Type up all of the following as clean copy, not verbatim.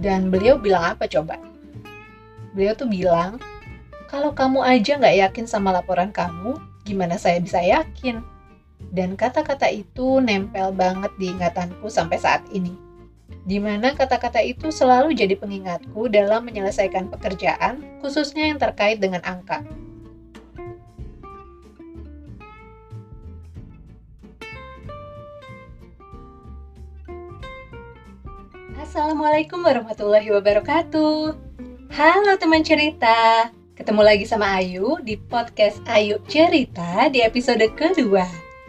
Dan beliau bilang apa coba? Beliau tuh bilang, kalau kamu aja nggak yakin sama laporan kamu, gimana saya bisa yakin? Dan kata-kata itu nempel banget di ingatanku sampai saat ini. Di mana kata-kata itu selalu jadi pengingatku dalam menyelesaikan pekerjaan, khususnya yang terkait dengan angka. Assalamualaikum warahmatullahi wabarakatuh. Halo teman cerita, ketemu lagi sama Ayu di podcast Ayu Cerita di episode kedua.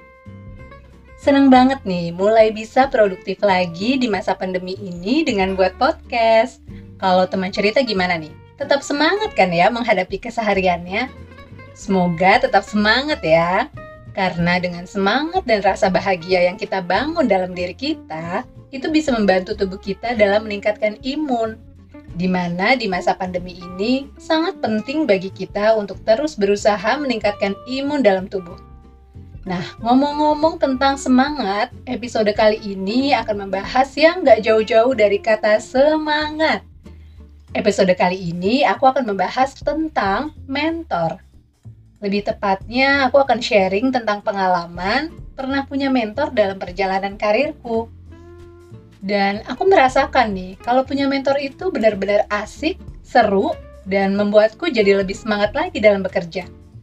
Seneng banget nih mulai bisa produktif lagi di masa pandemi ini dengan buat podcast. Kalau teman cerita gimana nih? Tetap semangat kan ya menghadapi kesehariannya? Semoga tetap semangat ya. Karena dengan semangat dan rasa bahagia yang kita bangun dalam diri kita, itu bisa membantu tubuh kita dalam meningkatkan imun. Di mana di masa pandemi ini sangat penting bagi kita untuk terus berusaha meningkatkan imun dalam tubuh. Nah, ngomong-ngomong tentang semangat, episode kali ini akan membahas yang gak jauh-jauh dari kata semangat. Episode kali ini aku akan membahas tentang mentor. Lebih tepatnya, aku akan sharing tentang pengalaman pernah punya mentor dalam perjalanan karirku. Dan aku merasakan nih, kalau punya mentor itu benar-benar asik, seru, dan membuatku jadi lebih semangat lagi dalam bekerja.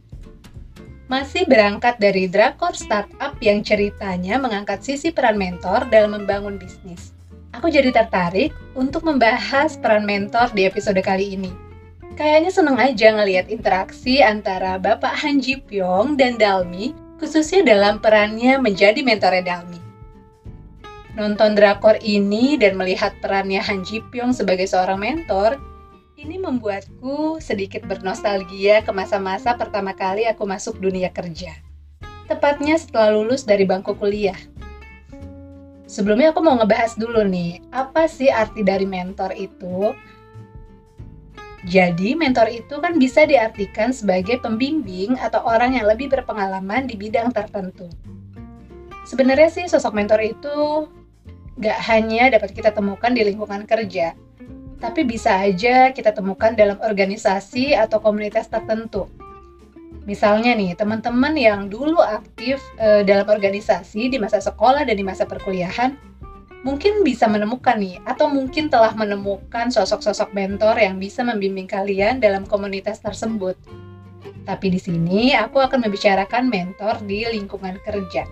Masih berangkat dari drakor startup yang ceritanya mengangkat sisi peran mentor dalam membangun bisnis. Aku jadi tertarik untuk membahas peran mentor di episode kali ini. Kayaknya seneng aja ngelihat interaksi antara Bapak Han Ji Pyong dan Dalmi, khususnya dalam perannya menjadi mentornya Dalmi. Nonton drakor ini dan melihat perannya Han Ji Pyong sebagai seorang mentor, ini membuatku sedikit bernostalgia ke masa-masa pertama kali aku masuk dunia kerja. Tepatnya setelah lulus dari bangku kuliah. Sebelumnya aku mau ngebahas dulu nih, apa sih arti dari mentor itu? Jadi, mentor itu kan bisa diartikan sebagai pembimbing atau orang yang lebih berpengalaman di bidang tertentu. Sebenarnya sih sosok mentor itu gak hanya dapat kita temukan di lingkungan kerja, tapi bisa aja kita temukan dalam organisasi atau komunitas tertentu. Misalnya nih, teman-teman yang dulu aktif dalam organisasi di masa sekolah dan di masa perkuliahan, mungkin bisa menemukan nih, atau mungkin telah menemukan sosok-sosok mentor yang bisa membimbing kalian dalam komunitas tersebut. Tapi di sini aku akan membicarakan mentor di lingkungan kerja.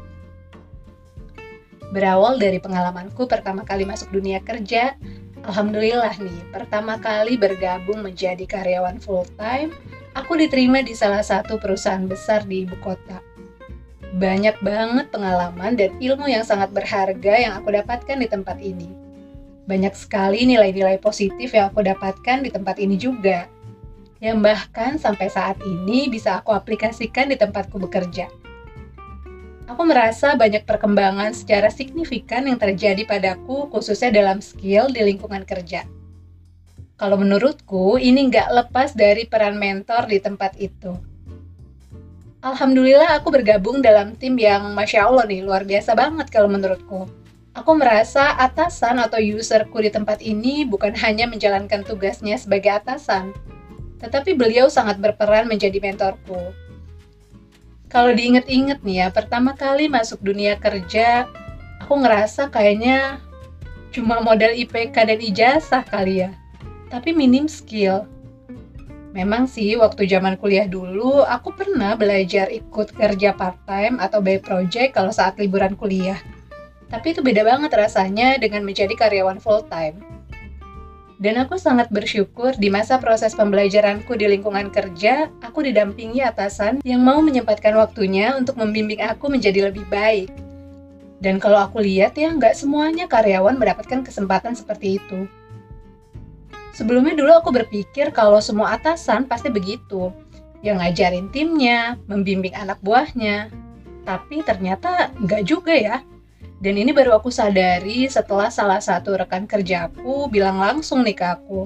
Berawal dari pengalamanku pertama kali masuk dunia kerja, alhamdulillah nih, pertama kali bergabung menjadi karyawan full-time, aku diterima di salah satu perusahaan besar di ibu kota. Banyak banget pengalaman dan ilmu yang sangat berharga yang aku dapatkan di tempat ini. Banyak sekali nilai-nilai positif yang aku dapatkan di tempat ini juga, yang bahkan sampai saat ini bisa aku aplikasikan di tempatku bekerja. Aku merasa banyak perkembangan secara signifikan yang terjadi padaku, khususnya dalam skill di lingkungan kerja. Kalau menurutku, ini nggak lepas dari peran mentor di tempat itu. Alhamdulillah aku bergabung dalam tim yang Masya Allah nih, luar biasa banget kalau menurutku. Aku merasa atasan atau userku di tempat ini bukan hanya menjalankan tugasnya sebagai atasan, tetapi beliau sangat berperan menjadi mentorku. Kalau diinget-inget nih ya, pertama kali masuk dunia kerja, aku ngerasa kayaknya cuma modal IPK dan ijazah kali ya, tapi minim skill. Memang sih, waktu zaman kuliah dulu, aku pernah belajar ikut kerja part-time atau by project kalau saat liburan kuliah. Tapi itu beda banget rasanya dengan menjadi karyawan full-time. Dan aku sangat bersyukur di masa proses pembelajaranku di lingkungan kerja, aku didampingi atasan yang mau menyempatkan waktunya untuk membimbing aku menjadi lebih baik. Dan kalau aku lihat ya, nggak semuanya karyawan mendapatkan kesempatan seperti itu. Sebelumnya dulu aku berpikir kalau semua atasan pasti begitu, yang ngajarin timnya, membimbing anak buahnya. Tapi ternyata nggak juga ya. Dan ini baru aku sadari setelah salah satu rekan kerjaku bilang langsung nih ke aku.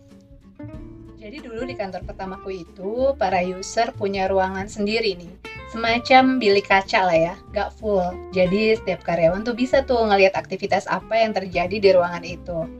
Jadi dulu di kantor pertamaku itu, para user punya ruangan sendiri nih. Semacam bilik kaca lah ya, nggak full. Jadi setiap karyawan tuh bisa tuh ngelihat aktivitas apa yang terjadi di ruangan itu.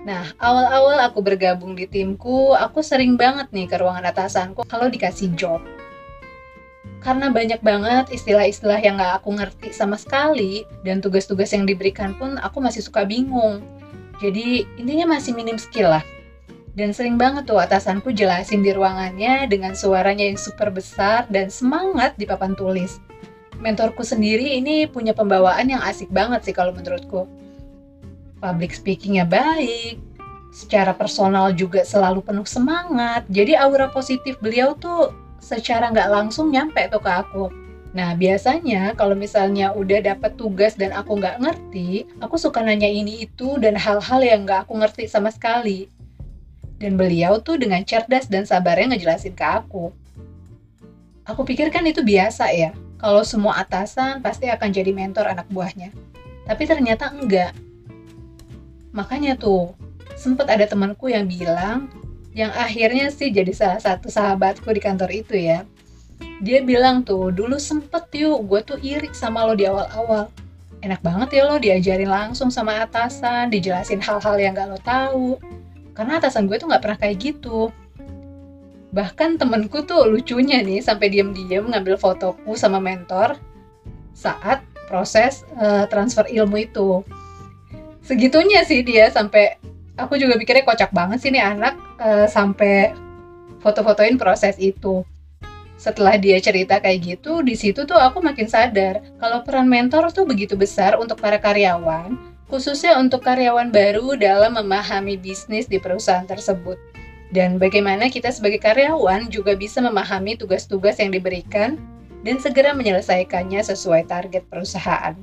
Nah, awal-awal aku bergabung di timku, aku sering banget nih ke ruangan atasanku kalau dikasih job. Karena banyak banget istilah-istilah yang gak aku ngerti sama sekali, dan tugas-tugas yang diberikan pun aku masih suka bingung. Jadi, intinya masih minim skill lah. Dan sering banget tuh atasanku jelasin di ruangannya dengan suaranya yang super besar dan semangat di papan tulis. Mentorku sendiri ini punya pembawaan yang asik banget sih kalau menurutku. Public speaking-nya baik, secara personal juga selalu penuh semangat. Jadi aura positif beliau tuh secara nggak langsung nyampe tuh ke aku. Nah, biasanya kalau misalnya udah dapet tugas dan aku nggak ngerti, aku suka nanya ini itu dan hal-hal yang nggak aku ngerti sama sekali. Dan beliau tuh dengan cerdas dan sabarnya ngejelasin ke aku. Aku pikir kan itu biasa ya, kalau semua atasan pasti akan jadi mentor anak buahnya. Tapi ternyata enggak. Makanya tuh, sempet ada temanku yang bilang, yang akhirnya sih jadi salah satu sahabatku di kantor itu ya. Dia bilang tuh, dulu sempet yuk, gue tuh iri sama lo di awal-awal. Enak banget ya lo diajarin langsung sama atasan, dijelasin hal-hal yang gak lo tahu. Karena atasan gue tuh gak pernah kayak gitu. Bahkan temenku tuh lucunya nih, sampai diem-diem ngambil fotoku sama mentor saat proses transfer ilmu itu. Segitunya sih dia, sampai aku juga pikirnya kocak banget sih nih anak sampai foto-fotoin proses itu. Setelah dia cerita kayak gitu, di situ tuh aku makin sadar kalau peran mentor tuh begitu besar untuk para karyawan, khususnya untuk karyawan baru dalam memahami bisnis di perusahaan tersebut. Dan bagaimana kita sebagai karyawan juga bisa memahami tugas-tugas yang diberikan dan segera menyelesaikannya sesuai target perusahaan.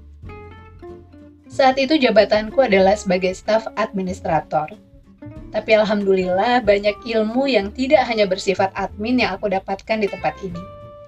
Saat itu jabatanku adalah sebagai staf administrator. Tapi alhamdulillah banyak ilmu yang tidak hanya bersifat admin yang aku dapatkan di tempat ini.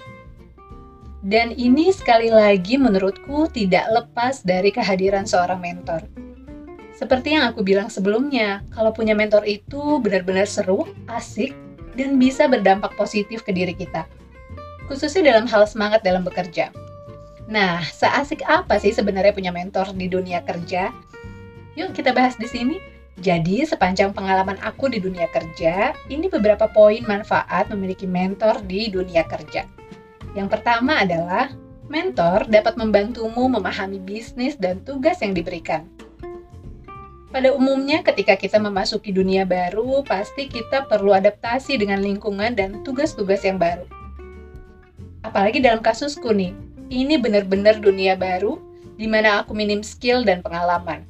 Dan ini sekali lagi menurutku tidak lepas dari kehadiran seorang mentor. Seperti yang aku bilang sebelumnya, kalau punya mentor itu benar-benar seru, asik, dan bisa berdampak positif ke diri kita. Khususnya dalam hal semangat dalam bekerja. Nah, seasik apa sih sebenarnya punya mentor di dunia kerja? Yuk kita bahas di sini. Jadi, sepanjang pengalaman aku di dunia kerja, ini beberapa poin manfaat memiliki mentor di dunia kerja. Yang pertama adalah, mentor dapat membantumu memahami bisnis dan tugas yang diberikan. Pada umumnya, ketika kita memasuki dunia baru, pasti kita perlu adaptasi dengan lingkungan dan tugas-tugas yang baru. Apalagi dalam kasusku nih, ini benar-benar dunia baru, di mana aku minim skill dan pengalaman.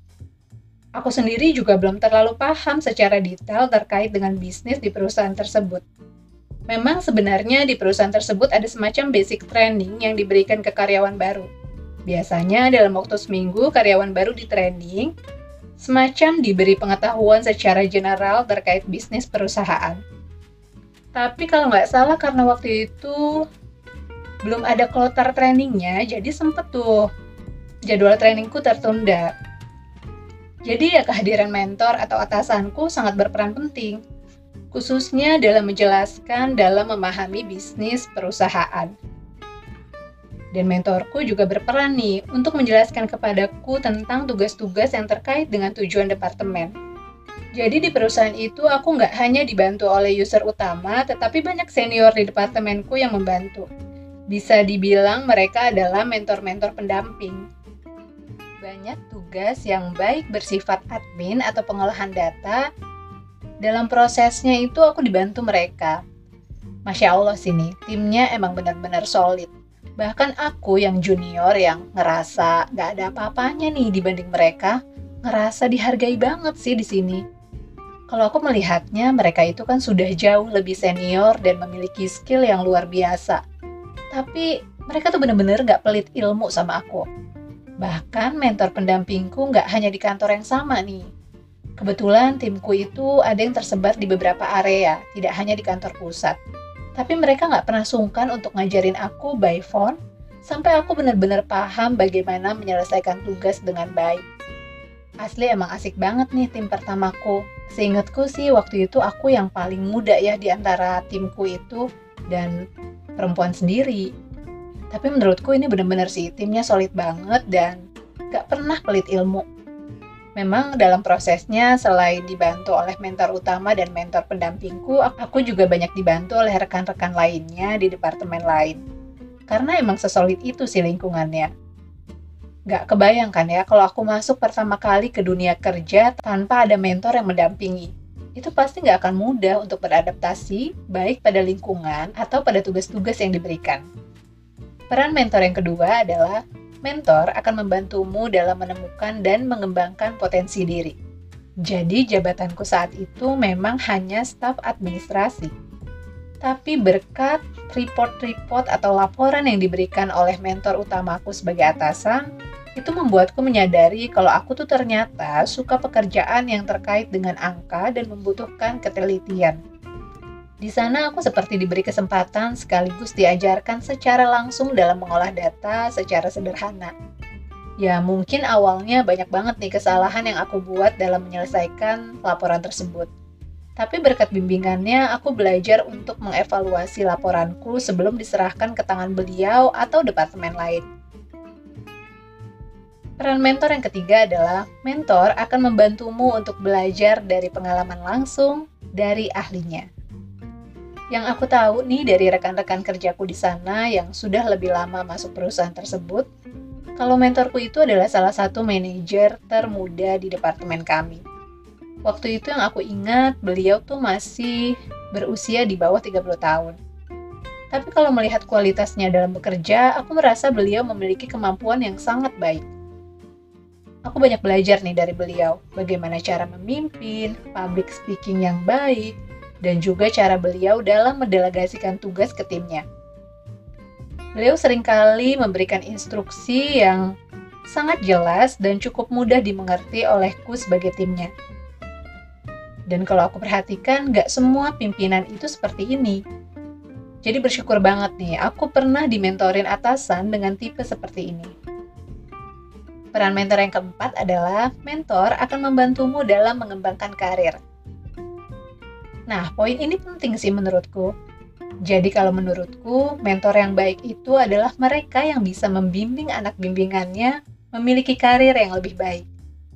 Aku sendiri juga belum terlalu paham secara detail terkait dengan bisnis di perusahaan tersebut. Memang sebenarnya di perusahaan tersebut ada semacam basic training yang diberikan ke karyawan baru. Biasanya dalam waktu seminggu, karyawan baru di training, semacam diberi pengetahuan secara general terkait bisnis perusahaan. Tapi kalau nggak salah karena waktu itu belum ada kloter trainingnya, jadi sempet tuh jadwal trainingku tertunda. Jadi ya kehadiran mentor atau atasanku sangat berperan penting, khususnya dalam menjelaskan dalam memahami bisnis perusahaan. Dan mentorku juga berperan nih untuk menjelaskan kepadaku tentang tugas-tugas yang terkait dengan tujuan departemen. Jadi di perusahaan itu aku nggak hanya dibantu oleh user utama, tetapi banyak senior di departemenku yang membantu. Bisa dibilang mereka adalah mentor-mentor pendamping. Banyak tugas yang baik bersifat admin atau pengolahan data, dalam prosesnya itu aku dibantu mereka. Masya Allah sih nih, timnya emang benar-benar solid. Bahkan aku yang junior yang ngerasa gak ada apa-apanya nih dibanding mereka, ngerasa dihargai banget sih di sini. Kalau aku melihatnya, mereka itu kan sudah jauh lebih senior dan memiliki skill yang luar biasa. Tapi mereka tuh bener-bener gak pelit ilmu sama aku. Bahkan mentor pendampingku gak hanya di kantor yang sama nih. Kebetulan timku itu ada yang tersebar di beberapa area, tidak hanya di kantor pusat. Tapi mereka gak pernah sungkan untuk ngajarin aku by phone, sampai aku bener-bener paham bagaimana menyelesaikan tugas dengan baik. Asli emang asik banget nih tim pertamaku. Seingatku sih waktu itu aku yang paling muda ya di antara timku itu, dan perempuan sendiri. Tapi menurutku ini benar-benar sih timnya solid banget dan gak pernah pelit ilmu. Memang dalam prosesnya, selain dibantu oleh mentor utama dan mentor pendampingku, aku juga banyak dibantu oleh rekan-rekan lainnya di departemen lain. Karena emang sesolid itu sih lingkungannya. Nggak kebayangkan ya kalau aku masuk pertama kali ke dunia kerja tanpa ada mentor yang mendampingi. Itu pasti nggak akan mudah untuk beradaptasi, baik pada lingkungan atau pada tugas-tugas yang diberikan. Peran mentor yang kedua adalah mentor akan membantumu dalam menemukan dan mengembangkan potensi diri. Jadi jabatanku saat itu memang hanya staf administrasi. Tapi berkat report-report atau laporan yang diberikan oleh mentor utamaku sebagai atasan, itu membuatku menyadari kalau aku tuh ternyata suka pekerjaan yang terkait dengan angka dan membutuhkan ketelitian. Di sana aku seperti diberi kesempatan sekaligus diajarkan secara langsung dalam mengolah data secara sederhana. Ya mungkin awalnya banyak banget nih kesalahan yang aku buat dalam menyelesaikan laporan tersebut. Tapi berkat bimbingannya aku belajar untuk mengevaluasi laporanku sebelum diserahkan ke tangan beliau atau departemen lain. Peran mentor yang ketiga adalah mentor akan membantumu untuk belajar dari pengalaman langsung dari ahlinya. Yang aku tahu nih dari rekan-rekan kerjaku di sana yang sudah lebih lama masuk perusahaan tersebut, kalau mentorku itu adalah salah satu manajer termuda di departemen kami. Waktu itu yang aku ingat, beliau tuh masih berusia di bawah 30 tahun. Tapi kalau melihat kualitasnya dalam bekerja, aku merasa beliau memiliki kemampuan yang sangat baik. Aku banyak belajar nih dari beliau, bagaimana cara memimpin, public speaking yang baik, dan juga cara beliau dalam mendelegasikan tugas ke timnya. Beliau seringkali memberikan instruksi yang sangat jelas dan cukup mudah dimengerti olehku sebagai timnya. Dan kalau aku perhatikan, nggak semua pimpinan itu seperti ini. Jadi bersyukur banget nih, aku pernah dimentorin atasan dengan tipe seperti ini. Peran mentor yang keempat adalah mentor akan membantumu dalam mengembangkan karir. Nah, poin ini penting sih menurutku. Jadi kalau menurutku, mentor yang baik itu adalah mereka yang bisa membimbing anak bimbingannya memiliki karir yang lebih baik.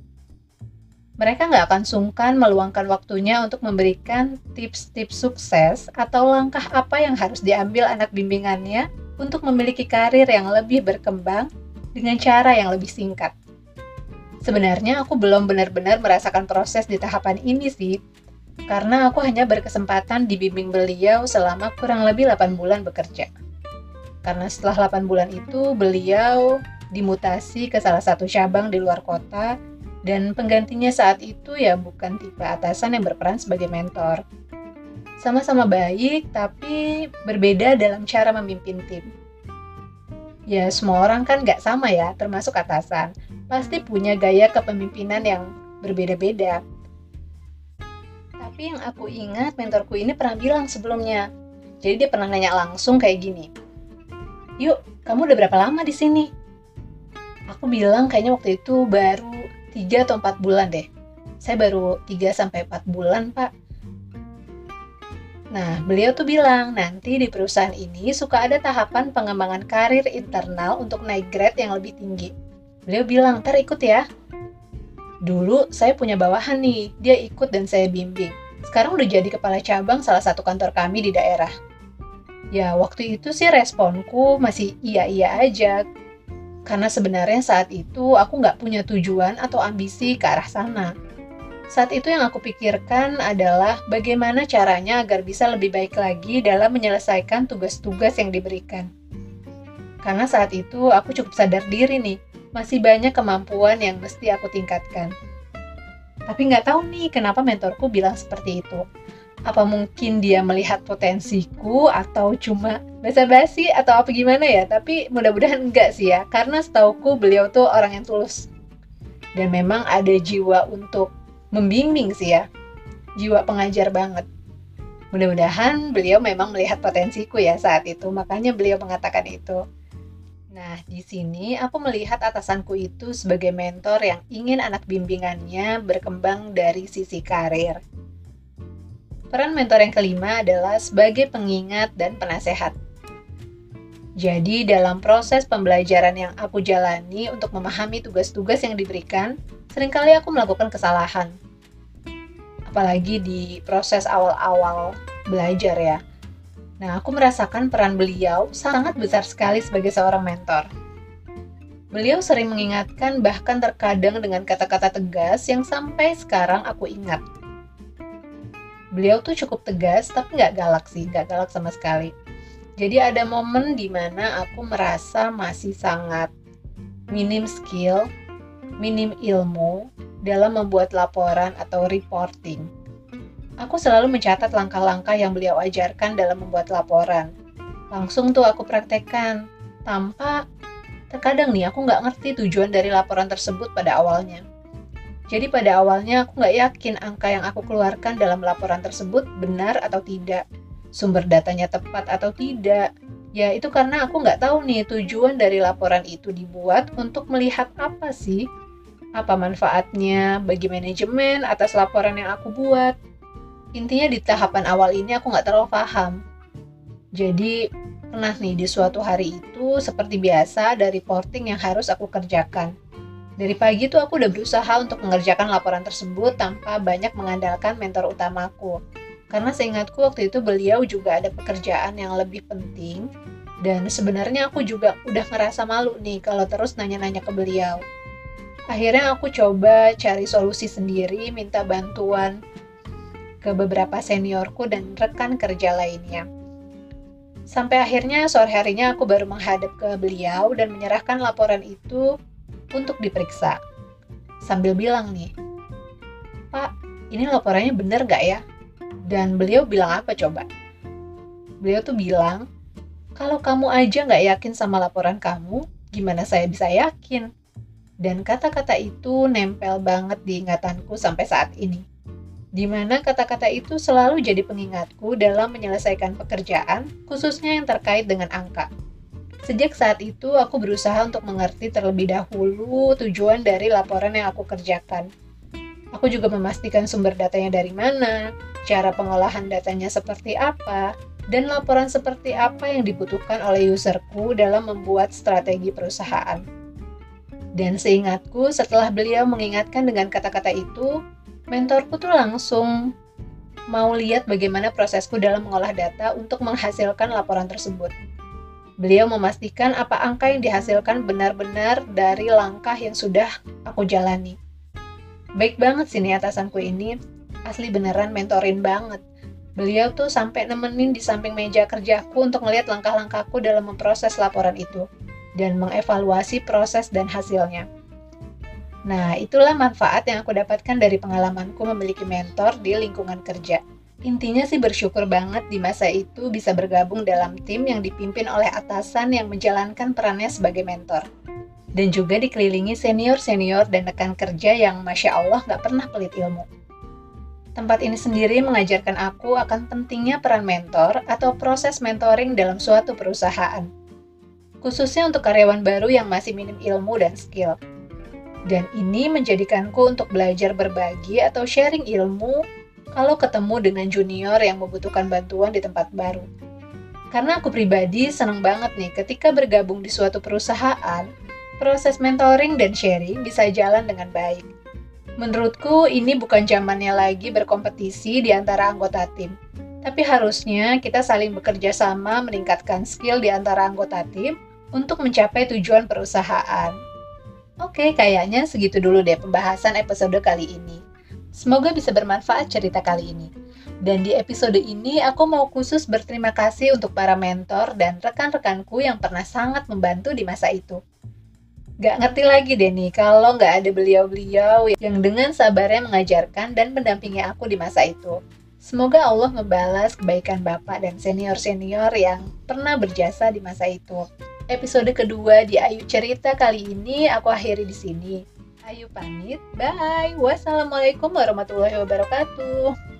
Mereka nggak akan sungkan meluangkan waktunya untuk memberikan tips-tips sukses atau langkah apa yang harus diambil anak bimbingannya untuk memiliki karir yang lebih berkembang dengan cara yang lebih singkat. Sebenarnya aku belum benar-benar merasakan proses di tahapan ini sih, karena aku hanya berkesempatan dibimbing beliau selama kurang lebih 8 bulan bekerja. Karena setelah 8 bulan itu, beliau dimutasi ke salah satu cabang di luar kota, dan penggantinya saat itu ya bukan tipe atasan yang berperan sebagai mentor. Sama-sama baik, tapi berbeda dalam cara memimpin tim. Ya, semua orang kan nggak sama ya, termasuk atasan. Pasti punya gaya kepemimpinan yang berbeda-beda. Tapi yang aku ingat, mentorku ini pernah bilang sebelumnya. Jadi dia pernah nanya langsung kayak gini. Yuk, kamu udah berapa lama di sini? Aku bilang kayaknya waktu itu baru 3 atau 4 bulan deh. Saya baru 3-4 bulan, Pak. Nah, beliau tuh bilang, nanti di perusahaan ini suka ada tahapan pengembangan karir internal untuk naik grade yang lebih tinggi. Beliau bilang, ntar ikut ya. Dulu saya punya bawahan nih, dia ikut dan saya bimbing. Sekarang udah jadi kepala cabang salah satu kantor kami di daerah. Ya, waktu itu sih responku masih iya-iya aja. Karena sebenarnya saat itu aku nggak punya tujuan atau ambisi ke arah sana. Saat itu yang aku pikirkan adalah bagaimana caranya agar bisa lebih baik lagi dalam menyelesaikan tugas-tugas yang diberikan. Karena saat itu aku cukup sadar diri nih, masih banyak kemampuan yang mesti aku tingkatkan. Tapi nggak tahu nih kenapa mentorku bilang seperti itu. Apa mungkin dia melihat potensiku atau cuma basa-basi atau apa gimana ya? Tapi mudah-mudahan enggak sih ya, karena setauku beliau tuh orang yang tulus. Dan memang ada jiwa untuk membimbing sih ya, jiwa pengajar banget. Mudah-mudahan beliau memang melihat potensiku ya saat itu, makanya beliau mengatakan itu. Nah, di sini aku melihat atasanku itu sebagai mentor yang ingin anak bimbingannya berkembang dari sisi karir. Peran mentor yang kelima adalah sebagai pengingat dan penasehat. Jadi dalam proses pembelajaran yang aku jalani untuk memahami tugas-tugas yang diberikan, seringkali aku melakukan kesalahan. Apalagi di proses awal-awal belajar ya. Nah, aku merasakan peran beliau sangat besar sekali sebagai seorang mentor. Beliau sering mengingatkan bahkan terkadang dengan kata-kata tegas yang sampai sekarang aku ingat. Beliau tuh cukup tegas, tapi nggak galak sih, nggak galak sama sekali. Jadi ada momen di mana aku merasa masih sangat minim skill, minim ilmu dalam membuat laporan atau reporting. Aku selalu mencatat langkah-langkah yang beliau ajarkan dalam membuat laporan. Langsung tuh aku praktekkan, tanpa terkadang nih aku nggak ngerti tujuan dari laporan tersebut pada awalnya. Jadi pada awalnya aku nggak yakin angka yang aku keluarkan dalam laporan tersebut benar atau tidak, sumber datanya tepat atau tidak. Ya itu karena aku nggak tahu nih tujuan dari laporan itu dibuat untuk melihat apa sih, apa manfaatnya bagi manajemen atas laporan yang aku buat. Intinya di tahapan awal ini aku nggak terlalu paham. Jadi pernah nih di suatu hari itu seperti biasa ada reporting yang harus aku kerjakan. Dari pagi tuh aku udah berusaha untuk mengerjakan laporan tersebut tanpa banyak mengandalkan mentor utamaku. Karena seingatku waktu itu beliau juga ada pekerjaan yang lebih penting dan sebenarnya aku juga udah ngerasa malu nih kalau terus nanya-nanya ke beliau. Akhirnya aku coba cari solusi sendiri, minta bantuan ke beberapa seniorku dan rekan kerja lainnya. Sampai akhirnya sore harinya aku baru menghadap ke beliau dan menyerahkan laporan itu untuk diperiksa. Sambil bilang nih, "Pak, ini laporannya bener gak ya?" Dan beliau bilang apa coba? Beliau tuh bilang, "Kalau kamu aja gak yakin sama laporan kamu, gimana saya bisa yakin?" Dan kata-kata itu nempel banget di ingatanku sampai saat ini. Di mana kata-kata itu selalu jadi pengingatku dalam menyelesaikan pekerjaan, khususnya yang terkait dengan angka. Sejak saat itu, aku berusaha untuk mengerti terlebih dahulu tujuan dari laporan yang aku kerjakan. Aku juga memastikan sumber datanya dari mana, cara pengolahan datanya seperti apa, dan laporan seperti apa yang dibutuhkan oleh userku dalam membuat strategi perusahaan. Dan seingatku, setelah beliau mengingatkan dengan kata-kata itu, mentorku tuh langsung mau lihat bagaimana prosesku dalam mengolah data untuk menghasilkan laporan tersebut. Beliau memastikan apa angka yang dihasilkan benar-benar dari langkah yang sudah aku jalani. Baik banget sih nih atasanku ini, asli beneran mentorin banget. Beliau tuh sampai nemenin di samping meja kerjaku untuk ngeliat langkah-langkahku dalam memproses laporan itu dan mengevaluasi proses dan hasilnya. Nah, itulah manfaat yang aku dapatkan dari pengalamanku memiliki mentor di lingkungan kerja. Intinya sih bersyukur banget di masa itu bisa bergabung dalam tim yang dipimpin oleh atasan yang menjalankan perannya sebagai mentor. Dan juga dikelilingi senior-senior dan rekan kerja yang Masya Allah gak pernah pelit ilmu. Tempat ini sendiri mengajarkan aku akan pentingnya peran mentor atau proses mentoring dalam suatu perusahaan. Khususnya untuk karyawan baru yang masih minim ilmu dan skill. Dan ini menjadikanku untuk belajar berbagi atau sharing ilmu kalau ketemu dengan junior yang membutuhkan bantuan di tempat baru. Karena aku pribadi senang banget nih ketika bergabung di suatu perusahaan, proses mentoring dan sharing bisa jalan dengan baik. Menurutku ini bukan zamannya lagi berkompetisi di antara anggota tim, tapi harusnya kita saling bekerja sama meningkatkan skill di antara anggota tim untuk mencapai tujuan perusahaan. Oke, kayaknya segitu dulu deh pembahasan episode kali ini. Semoga bisa bermanfaat cerita kali ini. Dan di episode ini aku mau khusus berterima kasih untuk para mentor dan rekan-rekanku yang pernah sangat membantu di masa itu. Gak ngerti lagi deh nih kalau gak ada beliau-beliau yang dengan sabarnya mengajarkan dan mendampingi aku di masa itu. Semoga Allah membalas kebaikan Bapak dan senior-senior yang pernah berjasa di masa itu. Episode kedua di Ayu Cerita kali ini aku akhiri di sini. Ayu pamit, bye. Wassalamualaikum warahmatullahi wabarakatuh.